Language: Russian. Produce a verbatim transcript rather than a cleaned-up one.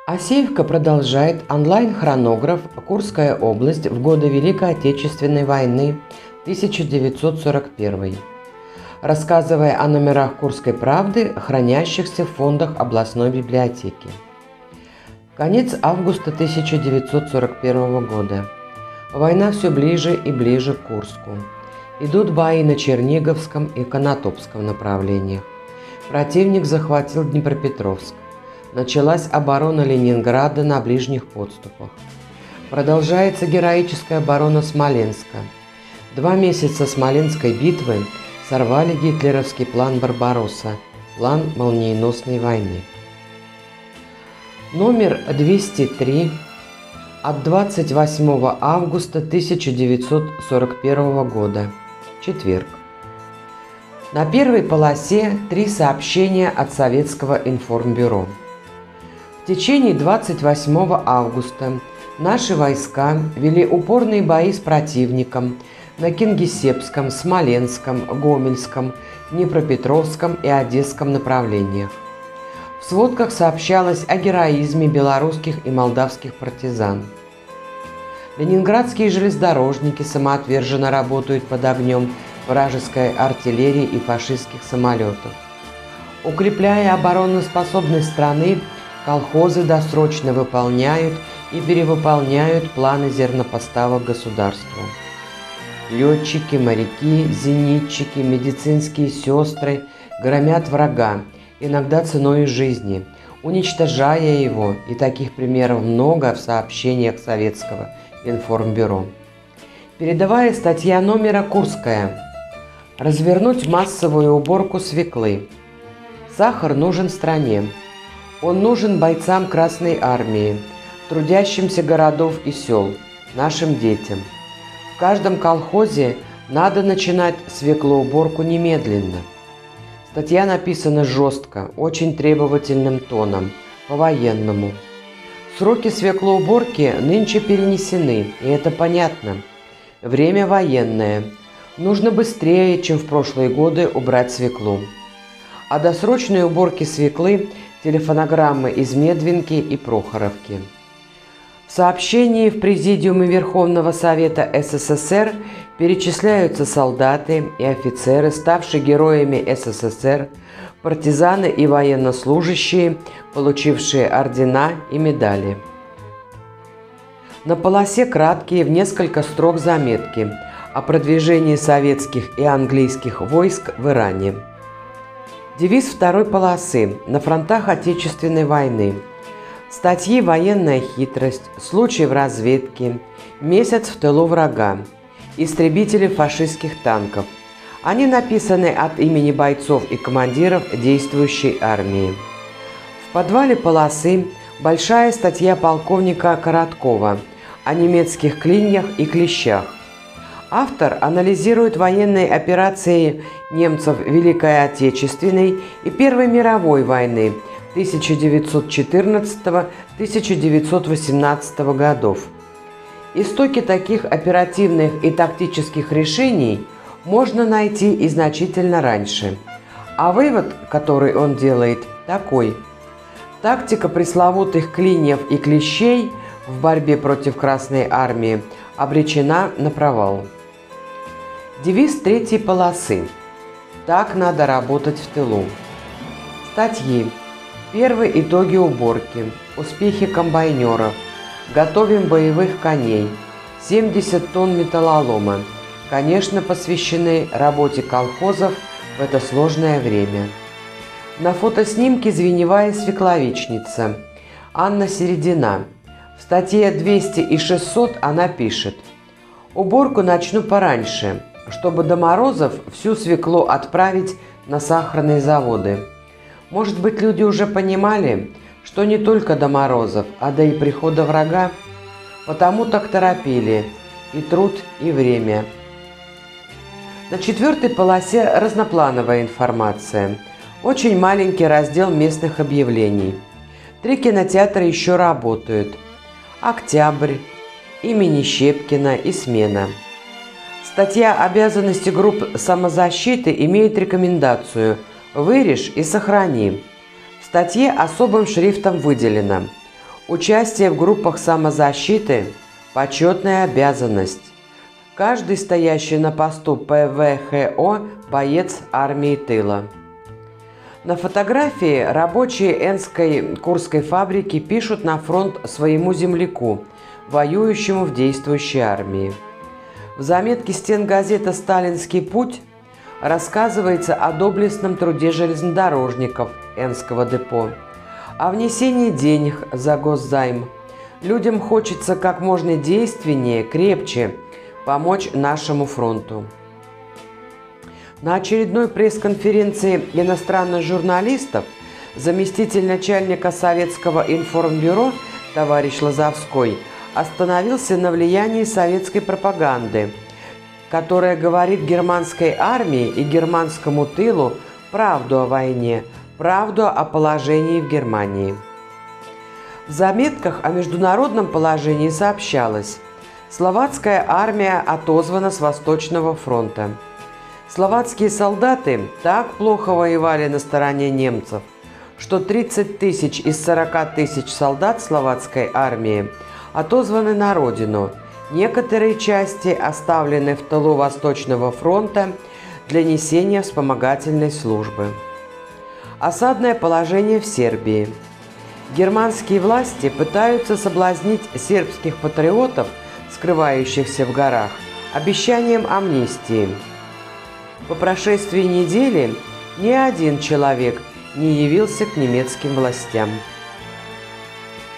Асеевка продолжает онлайн-хронограф «Курская область в годы Великой Отечественной войны тысяча девятьсот сорок первый», рассказывая о номерах «Курской правды», хранящихся в фондах областной библиотеки. Конец августа тысяча девятьсот сорок первого года. Война все ближе и ближе к Курску. Идут бои на Черниговском и Конотопском направлениях. Противник захватил Днепропетровск. Началась оборона Ленинграда на ближних подступах. Продолжается героическая оборона Смоленска. Два месяца Смоленской битвы сорвали гитлеровский план Барбаросса, план молниеносной войны. Номер двести три от двадцать восьмого августа тысяча девятьсот сорок первого года. Четверг. На первой полосе три сообщения от Советского информбюро. В течение двадцать восьмого августа наши войска вели упорные бои с противником на Кингисеппском, Смоленском, Гомельском, Днепропетровском и Одесском направлениях. В сводках сообщалось о героизме белорусских и молдавских партизан. Ленинградские железнодорожники самоотверженно работают под огнем вражеской артиллерии и фашистских самолетов. Укрепляя обороноспособность страны, колхозы досрочно выполняют и перевыполняют планы зернопоставок государству. Летчики, моряки, зенитчики, медицинские сестры громят врага, иногда ценой жизни, уничтожая его, и таких примеров много в сообщениях Советского информбюро. Передовая статья номера «Курская». Развернуть массовую уборку свеклы. Сахар нужен стране. Он нужен бойцам Красной Армии, трудящимся городов и сел, нашим детям. В каждом колхозе надо начинать свеклоуборку немедленно. Статья написана жестко, очень требовательным тоном, по-военному. Сроки свеклоуборки нынче перенесены, и это понятно. Время военное. Нужно быстрее, чем в прошлые годы, убрать свеклу. О досрочной уборке свеклы телефонограммы из Медвинки и Прохоровки. В сообщении в Президиуме Верховного Совета СССР перечисляются солдаты и офицеры, ставшие героями СССР, партизаны и военнослужащие, получившие ордена и медали. На полосе краткие в несколько строк заметки о продвижении советских и английских войск в Иране. Девиз второй полосы на фронтах Отечественной войны. Статьи «Военная хитрость», «Случай в разведке», «Месяц в тылу врага», «Истребители фашистских танков». Они написаны от имени бойцов и командиров действующей армии. В подвале полосы большая статья полковника Короткова о немецких клиньях и клещах. Автор анализирует военные операции немцев Великой Отечественной и Первой мировой войны тысяча девятьсот четырнадцатого — тысяча девятьсот восемнадцатого годов. Истоки таких оперативных и тактических решений можно найти и значительно раньше. А вывод, который он делает, такой. Тактика пресловутых клиньев и клещей в борьбе против Красной Армии обречена на провал. Девиз третьей полосы. Так надо работать в тылу. Статьи. Первые итоги уборки. Успехи комбайнеров. Готовим боевых коней. семьдесят тонн металлолома. Конечно, посвящены работе колхозов в это сложное время. На фотоснимке звеневая свекловичница. Анна Середина. В статье двести и шестьсот она пишет: «Уборку начну пораньше, чтобы до морозов всю свеклу отправить на сахарные заводы». Может быть, люди уже понимали, что не только до морозов, а до и прихода врага, потому так торопили и труд, и время. На четвертой полосе разноплановая информация. Очень маленький раздел местных объявлений. Три кинотеатра еще работают. «Октябрь», имени Щепкина и «Смена». Статья «Обязанности групп самозащиты» имеет рекомендацию «Вырежь и сохрани». В статье особым шрифтом выделено: Участие в группах самозащиты – почетная обязанность. Каждый стоящий на посту Пэ Вэ Хэ О – боец армии тыла. На фотографии рабочие Энской Курской фабрики пишут на фронт своему земляку, воюющему в действующей армии. В заметке стенгазеты «Сталинский путь» рассказывается о доблестном труде железнодорожников Энского депо, о внесении денег за госзайм. Людям хочется как можно действеннее, крепче помочь нашему фронту. На очередной пресс-конференции иностранных журналистов заместитель начальника Советского информбюро товарищ Лозовской остановился на влиянии советской пропаганды, которая говорит германской армии и германскому тылу правду о войне, правду о положении в Германии. В заметках о международном положении сообщалось: словацкая армия отозвана с Восточного фронта. Словацкие солдаты так плохо воевали на стороне немцев, что тридцать тысяч из сорока тысяч солдат словацкой армии отозваны на родину, некоторые части оставлены в тылу Восточного фронта для несения вспомогательной службы. Осадное положение в Сербии. Германские власти пытаются соблазнить сербских патриотов, скрывающихся в горах, обещанием амнистии. По прошествии недели ни один человек не явился к немецким властям.